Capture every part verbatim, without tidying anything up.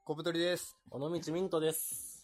小太りです。 尾道ミントです。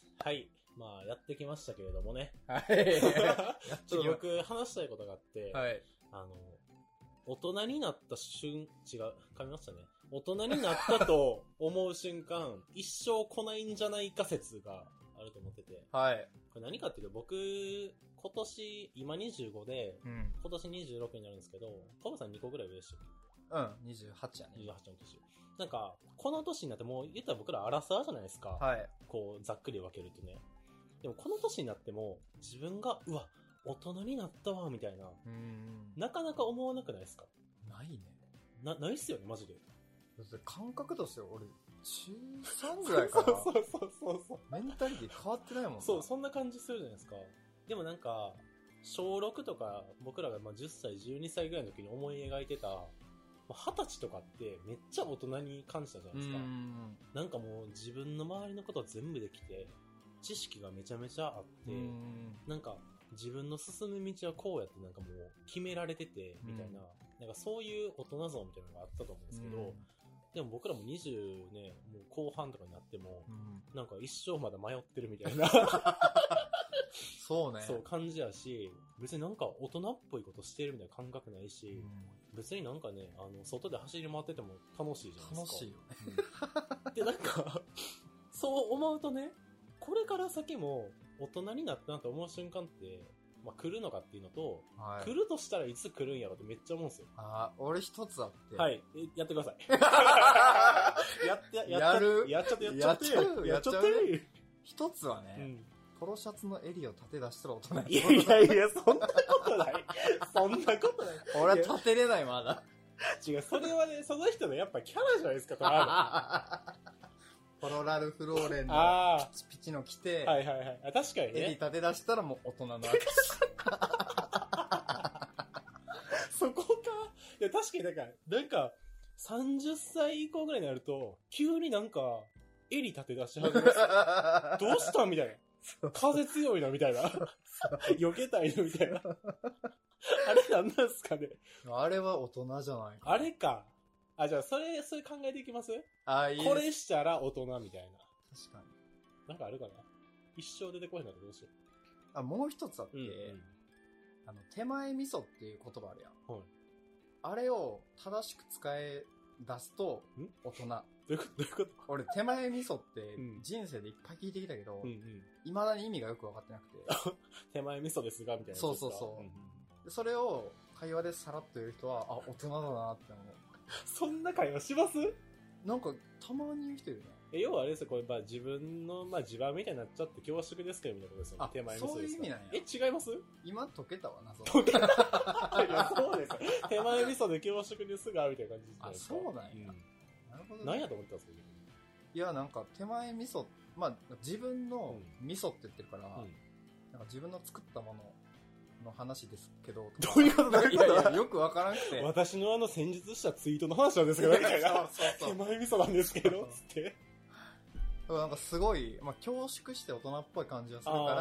はい。まあ、やってきましたけれどもね。 はい。 ちょっと僕話したいことがあって、 はい。 あの、大人になった瞬、違う、噛みましたね。大人になったと思う瞬間、一生来ないんじゃないか説があると思ってて。 はい。 これ何かっていうと、僕、今年、今にじゅうごで、うん、今年にじゅうろくになるんですけど、トムさんにこぐらい上でしたっけ？ うん、にじゅうはちやね。 にじゅうはちの年。なんか、この年になってもう言ったら僕らアラサーじゃないですか。 はい。 こう、ざっくり分けるとね。でもこの年になっても、自分が、うわ、大人になったわ、みたいな。うん。なかなか思わなくないですか？ ないね。 な、ないっすよね、マジで。 だって感覚としては俺、中さんぐらいから。 そうそうそうそうそう。 メンタリティ変わってないもんな。 そう、そんな感じするじゃないですか。でもなんか、小ろくとか、僕らがまあじゅっさい、じゅうにさいぐらいの時に思い描いてた、二十歳とかってめっちゃ大人に感じたじゃないですか。んなんかもう自分の周りのこと全部できて、知識がめちゃめちゃあって、んなんか自分の進む道はこうやってなんかもう決められてて、みたいな、なんかそういう大人像みたいなのがあったと思うんですけど、でも僕らもにじゅうね、もう後半とかになっても、なんか一生まだ迷ってるみたいな。 そうね。 そう感じやし、別になんか大人っぽいことしてるみたいな感覚ないし、うん、別になんかね、あの、外で走り回ってても楽しいじゃないですか。 楽しいよね。 うん、で、なんか、そう思うとね、これから先も大人になったなと思う瞬間って、まあ、来るのかっていうのと、はい、来るとしたらいつ来るんやろってめっちゃ思うんですよ。 ああ、俺一つあって。 はい。やってください。やって、ややるやっちゃって、やっちゃって。やっちゃって。 やっちゃって一つはね、うんポロシャツの襟を立て出したら大人いやいやいや、そんなことない。そんなことない。 俺は立てれない、まだ。 違う、それはね、その人のやっぱキャラじゃないですか、これある。ポロラルフローレンのピチピチの着て、 はいはいはい。あ確かにね。 襟立て出したらもう大人なわけです。 そこか。いや、確かになんか、なんか、さんじゅっさい以降ぐらいになると、急になんか、襟立て出し始めます。どうしたみたいな。風強いな、みたいな。避けたいの、みたいな。あれなんなんすかね。 あれは大人じゃないか。 あれか。あ、じゃあ、それ、それ考えていきますあ、いい。 これしたら大人、みたいな。 確かに。 なんかあるかな一生出てこへんかったらどうしよう。 あ、もう一つあって、うんうん、あの、手前味噌っていう言葉あるやん。はい。あれを正しく使え出すと、大人。 どういうことどういうこと俺、手前味噌って人生でいっぱい聞いてきたけど、うんうん、未だに意味がよく分かってなくて。 手前味噌ですがみたいな。 そうそうそう。うんうん、それを会話でさらっと言う人は、あ、大人だなって思う。 そんな会話します？ なんか、たまに言う人いるね。 え、要はあれですよ、これ、まあ自分の、まあ地盤みたいになっちゃって恐縮ですけど、みたいなことですよね。手前味噌です。 そういう意味なんや。 え、違います？ 今解けたわな、 解けた。いや、そうですよ。手前味噌で恐縮ですが、みたいな感じです。 あ、そうなんや。うん、 なるほど、ね。何やと思ったんですか？ いや、なんか手前味噌、まあ自分の味噌って言ってるから、うん、なんか自分の作ったものの話ですけど、 どういうことだいやいや、よくわからなくて。 私のあの先日したツイートの話なんですけど、みたいな。そうそうそう手前味噌なんですけど、つって。 なんかすごい、まあ恐縮して大人っぽい感じがするから、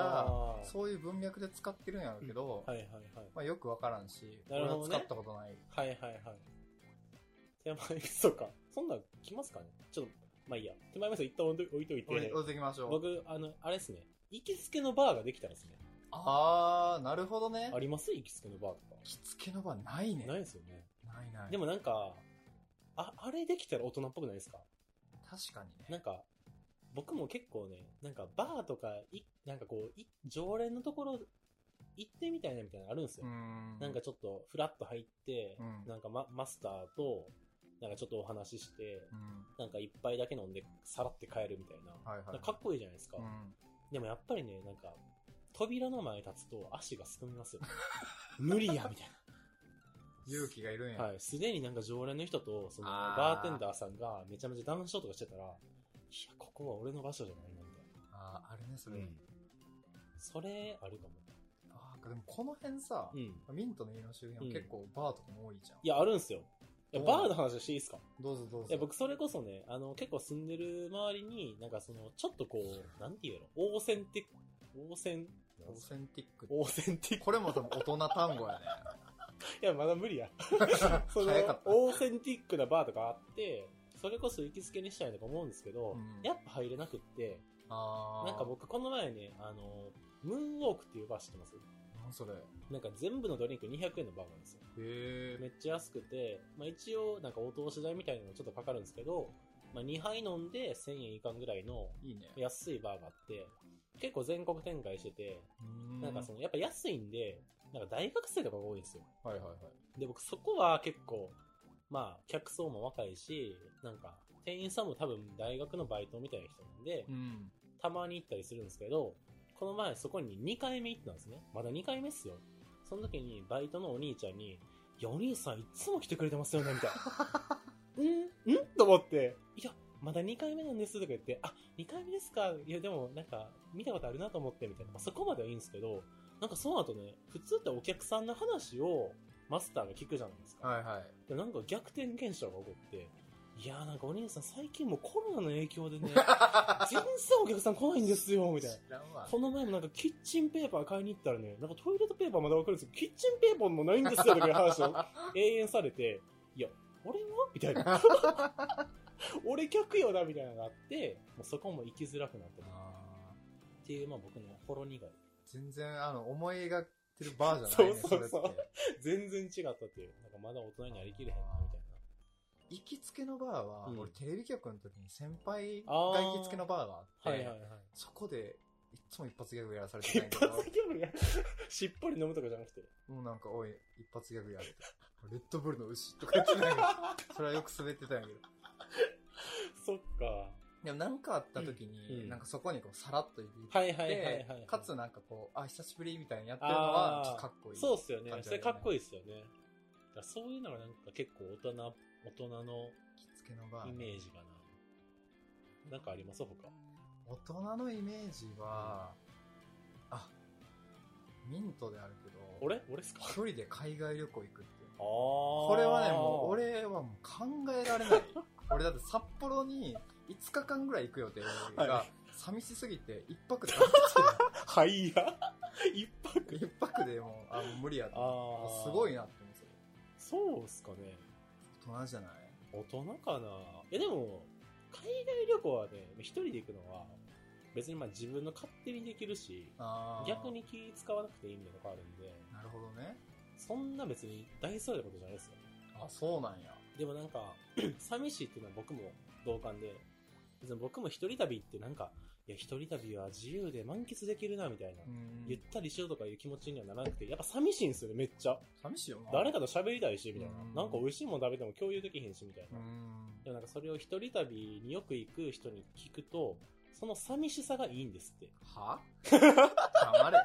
そういう文脈で使ってるんやろうけど、うん、はいはいはい。まあよくわからんし、なるほどね、俺は使ったことない。 はいはいはい。手前味噌か。そんなん来ますかねちょっと。まあいいや。手前味噌一旦置いといて。置いときましょう。 僕、あの、あれですね。行きつけのバーができたらですね。 あー、なるほどね。 あります行きつけのバーとか。 行きつけのバーないね。 ないですよね。 ないない。 でもなんか、あ、あれできたら大人っぽくないですか？ 確かにね。 なんか、僕も結構ね、なんかバーとか、い、なんかこう、い、常連のところ、行ってみたいなみたいなのあるんですよ。んなんかちょっとフラッと入って、うん、なんかマ、マスターと、なんかちょっとお話しして、うん、なんか一杯だけ飲んでさらって帰るみたいな。はいはい、かっこいいじゃないですか、うん。でもやっぱりね、なんか、扉の前に立つと足がすくみますよ。無理や、みたいな。 勇気がいるんや。 はい。すでになんか常連の人と、その、バーテンダーさんがめちゃめちゃ談笑とかしてたら、いや、ここは俺の場所じゃないな、みたいな。 ああ、あれね、それ。うん、 それ、あるかも。 ああ、でもこの辺さ、うん、ミントの家の周辺は結構バーとかも多いじゃん。 いや、あるんすよ。いや、バーの話していいですか？ どうぞどうぞ。 いや、僕それこそね、あの、結構住んでる周りに、なんかその、ちょっとこう、なんていうのオーセンティック、オーセン、 オーセンティック。 オーセンティック。 これも多分大人単語やね。 いや、まだ無理や。その、オーセンティックなバーとかあって、 それこそ行きつけにしたいとか思うんですけど、うん、やっぱ入れなくって、 あなんか僕この前ね、あの、ムーンウォークっていうバー知ってます？ 何それ？ なんか全部のドリンクにひゃくえんのバーなんですよ。 へー。 めっちゃ安くて、まあ一応なんかお通し代みたいなのちょっとかかるんですけど、まあにはい飲んでせんえんいかんぐらいの安いバーがあって、結構全国展開してて、なんかそのやっぱ安いんで、なんか大学生とかが多いんですよ。 はいはいはい。 で僕そこは結構、まあ客層も若いし、なんか店員さんも多分大学のバイトみたいな人なんで、 うん、 たまに行ったりするんですけど、この前そこににかいめ行ったんですね。まだにかいめっすよ。その時にバイトのお兄ちゃんに、いやお兄さんいつも来てくれてますよねみたいな。んんと思って、いや、まだにかいめなんですとか言って、あ、にかいめですか？いやでもなんか見たことあるなと思ってみたいな。まあ、そこまではいいんですけど、なんかその後ね、普通ってお客さんの話をマスターが聞くじゃないですか。 はいはい。 でなんか逆転現象が起こって、いやーなんかお兄さん最近もうコロナの影響でね、全然お客さん来ないんですよ、みたいな。この前もなんかキッチンペーパー買いに行ったらね、なんかトイレットペーパーまだわかるんですけど、キッチンペーパーもないんですよ、とかいう話を永遠されて、いや、俺はみたいな。俺客よなみたいなのがあって、もうそこも行きづらくなってっていう、まあ僕のほろ苦い。 全然あの思い描ってるバーじゃないね。 そうそうそう。全然違ったっていう。なんかまだ大人になりきれへんなみたいな。 行きつけのバーは、うん、俺テレビ局の時に先輩が行きつけのバーがあって、 はいはいはい、 そこでいつも一発ギャグやらされてたんやけど。 一発ギャグやしっぽり飲むとかじゃなくて。 もうなんか、おい、一発ギャグやるって。レッドブルの牛とか言ってたんやけど、それはよく滑ってたんやけど。 そっか。 でもなんかあった時に、うん、なんかそこにこうさらっと行って、 はいはいはいはい、はい、 かつなんかこう、あ、久しぶりみたいにやってるのは、ちょっとかっこいい、ね。 そうっすよね。それかっこいいっすよね。だそういうのがなんか結構大人、大人のイメージかな。なんかあります他？ 大人のイメージは、うん、あ、ミントであるけど、 俺俺っすか？ 一人で海外旅行行くっていう。 あこれはね、もう俺はもう考えられない。俺だって札幌にいつかかんぐらい行く予定が、寂しすぎて一泊で帰ってきてる。 はいや一泊一泊でもう、あ、もう無理やと思って。すごいなって思うんですよ。 そうっすかね。 大人じゃない？ 大人かな。え、でも、海外旅行はね、一人で行くのは、別にまあ自分の勝手にできるし、逆に気使わなくていいみたいなとこあるんで。 なるほどね。 そんな別に大それたことじゃないですよ。 あ、そうなんや。 でもなんか、寂しいっていうのは僕も同感で、別に僕も一人旅ってなんか、いや一人旅は自由で満喫できるなみたいな、ゆったりしようとかいう気持ちにはならなくて、やっぱ寂しいんですよね、めっちゃ。 寂しいよな。 誰かと喋りたいし、みたいな。なんか美味しいもん食べても共有できへんし、みたいな。でもなんかそれを一人旅によく行く人に聞くと、その寂しさがいいんですって。 は黙れ。 なんか、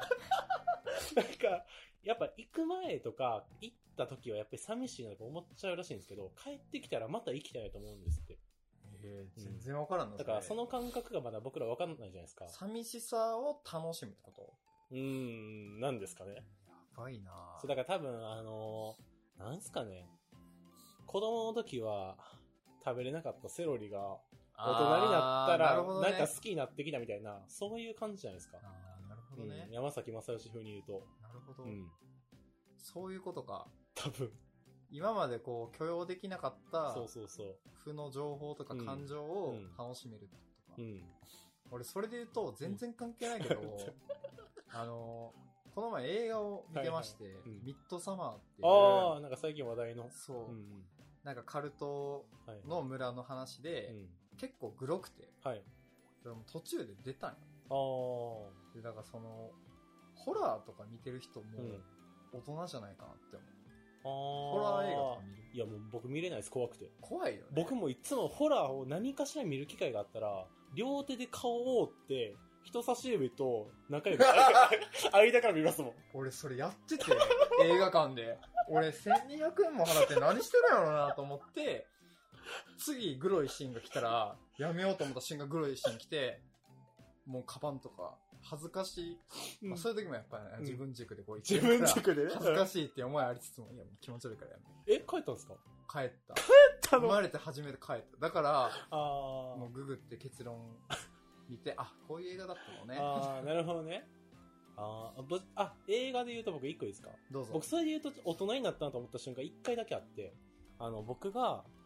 やっぱ行く前とか、行った時はやっぱり寂しいなと思っちゃうらしいんですけど、帰ってきたらまた行きたいと思うんですって。 えー、全然わからんの、 うん、だからその感覚がまだ僕らわかんないじゃないですか。 寂しさを楽しむってこと？ うーん、なんですかね。 やばいなぁ。 そう、だから多分あのー、なんすかね。子供の時は食べれなかったセロリが大人になったら、な, ね、なんか好きになってきたみたいな、そういう感じじゃないですか。 あー、なるほどね。 うん、山崎正義風に言うと。 なるほど。 うん、 そういうことか。 多分。 今までこう許容できなかったそうそうそう負の情報とか感情を楽しめるってことか、 うんうん、 俺それで言うと全然関係ないけど、うん、あのこの前映画を見てまして、はいはい、うん、ミッドサマーっていう、 ああなんか最近話題のそう、うん、なんかカルトの村の話で、はいはい、結構グロくて、はい、でも途中で出たんよ。あでだからそのホラーとか見てる人も大人じゃないかなって思う。ホラー映画とか見る？ いやもう僕見れないです、怖くて。 怖いよね。 僕もいつもホラーを何かしら見る機会があったら、両手で顔を覆って、人差し指と中指間から見ますもん。 俺それやってて、映画館で。俺せんにひゃくえんも払って何してるやろうなと思って、次グロいシーンが来たら、やめようと思った瞬間グロいシーン来て、もうカバンとか、恥ずかしい、うんまあ、そういう時もやっぱり、ねうん、自分軸でこう言ってるから自分軸でね恥ずかしいって思いありつつもいやもう気持ち悪いからやめえ帰ったんですか？ 帰った帰ったの？ 生まれて初めて帰っただからあもうググって結論見てあこういう映画だったのねあなるほどねああ映画で言うと僕一個いいですか？ どうぞ。 僕それで言うと大人になったなと思った瞬間一回だけあってあの僕が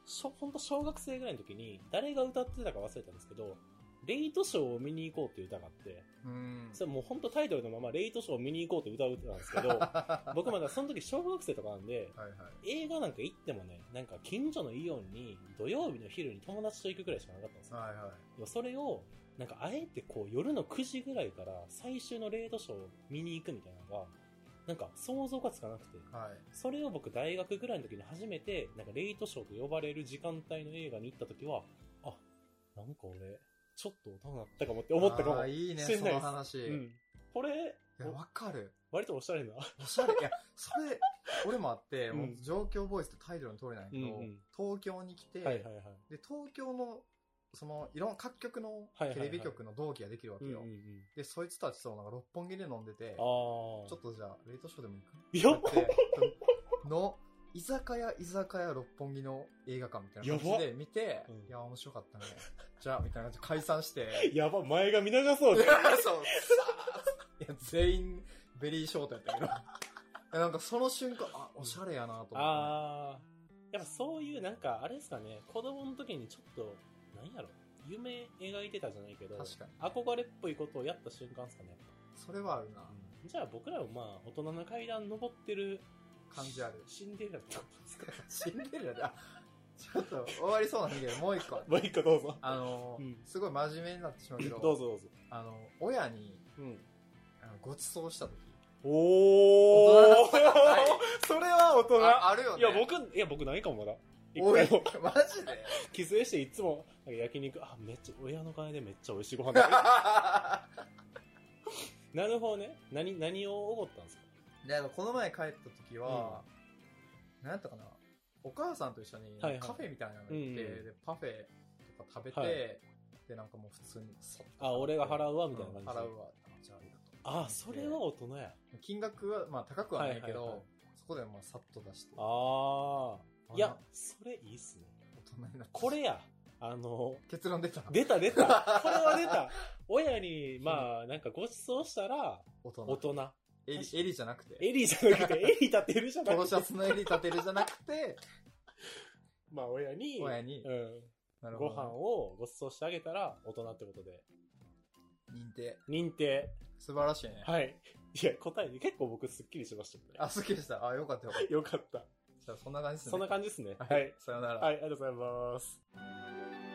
しょ、ほんと小学生ぐらいの時に、誰が歌ってたか忘れたんですけど、レイトショーを見に行こうっていう歌があって、 うん。 それもうほんとタイトルのままレイトショーを見に行こうって歌う歌なんですけど、僕まだその時小学生とかなんで、 はいはい。 映画なんか行ってもね、なんか近所のイオンに土曜日の昼に友達と行くくらいしかなかったんですよ。 はいはい。 でもそれを、なんかあえてこう夜のくじぐらいから最終のレイトショーを見に行くみたいなのが、なんか想像がつかなくて、 はい。 それを僕大学ぐらいの時に初めて、なんかレイトショーと呼ばれる時間帯の映画に行った時は、あ、なんか俺、ちょっと大人だったかもって思ったかも。 ああ、いいね、そしんないですの話。 うん。これ、 いや、わかる。 割とおしゃれな。 おしゃれ。いや、それ、俺もあって、 うんもう状況ボイスってタイトルの通りなんやけど、 うんうん、 東京に来て、 はいはいはい、 で、東京の、その、いろんな各局のテレビ局の同期ができるわけよ。で、そいつたちとなんか六本木で飲んでて、ちょっとじゃあ、レイトショーでも行くいやの、居酒屋、居酒屋六本木の映画館みたいな感じで見て、うん、いや、面白かったね。じゃあ、みたいな感じで解散して。 やば、前髪長そうで。 そう。いや、全員、ベリーショートやったけど。なんかその瞬間、あ、おしゃれやなと思って。 あー。やっぱそういうなんか、あれですかね、子供の時にちょっと、なんやろ、夢描いてたじゃないけど、 確かに。 憧れっぽいことをやった瞬間ですかね。 それはあるな。 うん、じゃあ僕らもまあ、大人の階段登ってる感じある。 シンデレラってことですか？ シンデレラだ。ちょっと終わりそうなんだけど、もう一個。 もう一個どうぞ。 あの、うん、すごい真面目になってしまうけど、 どうぞどうぞ。 あの、親に、うん、あのご馳走した時。 おーそれは大人。 あ、あるよね。 いや、僕、いや、僕ないかもまだ。 おい、マジで帰省していつも、なんか焼肉、あ、めっちゃ、親の金でめっちゃ美味しいご飯だなるほどね。何、何をおごったんですか？ で、この前帰った時は、うん、何やったかな、お母さんと一緒にカフェみたいなの行って、はいはい、でパフェとか食べて、はい、で、なんかもう普通にそっと。 あ、俺が払うわみたいな感じで、 うん、払うわ。じゃあありがとう。 あ、それは大人や。 金額は、まあ高くはないけど、はいはいはい、そこでまあさっと出して。 ああ。いや、それいいっすね。 大人になって。 これや。あの、 結論出た。 出た出た。これは出た。親に、まあ、なんかご馳走したら、大人。大人。 エリ、エリじゃなくて。 エリじゃなくて、エリ立てるじゃなくて。 ポロシャツのエリ立てるじゃなくて、 まあ親に、 親に、 うん。なるほど。ご飯をご馳走してあげたら、大人ってことで。 認定。 認定。 素晴らしいね。 はい。いや、答え、結構僕スッキリしましたね。 あ、スッキリした。あ、よかったよかった。 よかった。 じゃあそんな感じですね。 そんな感じですね。 はい。さよなら。 はい、ありがとうございます。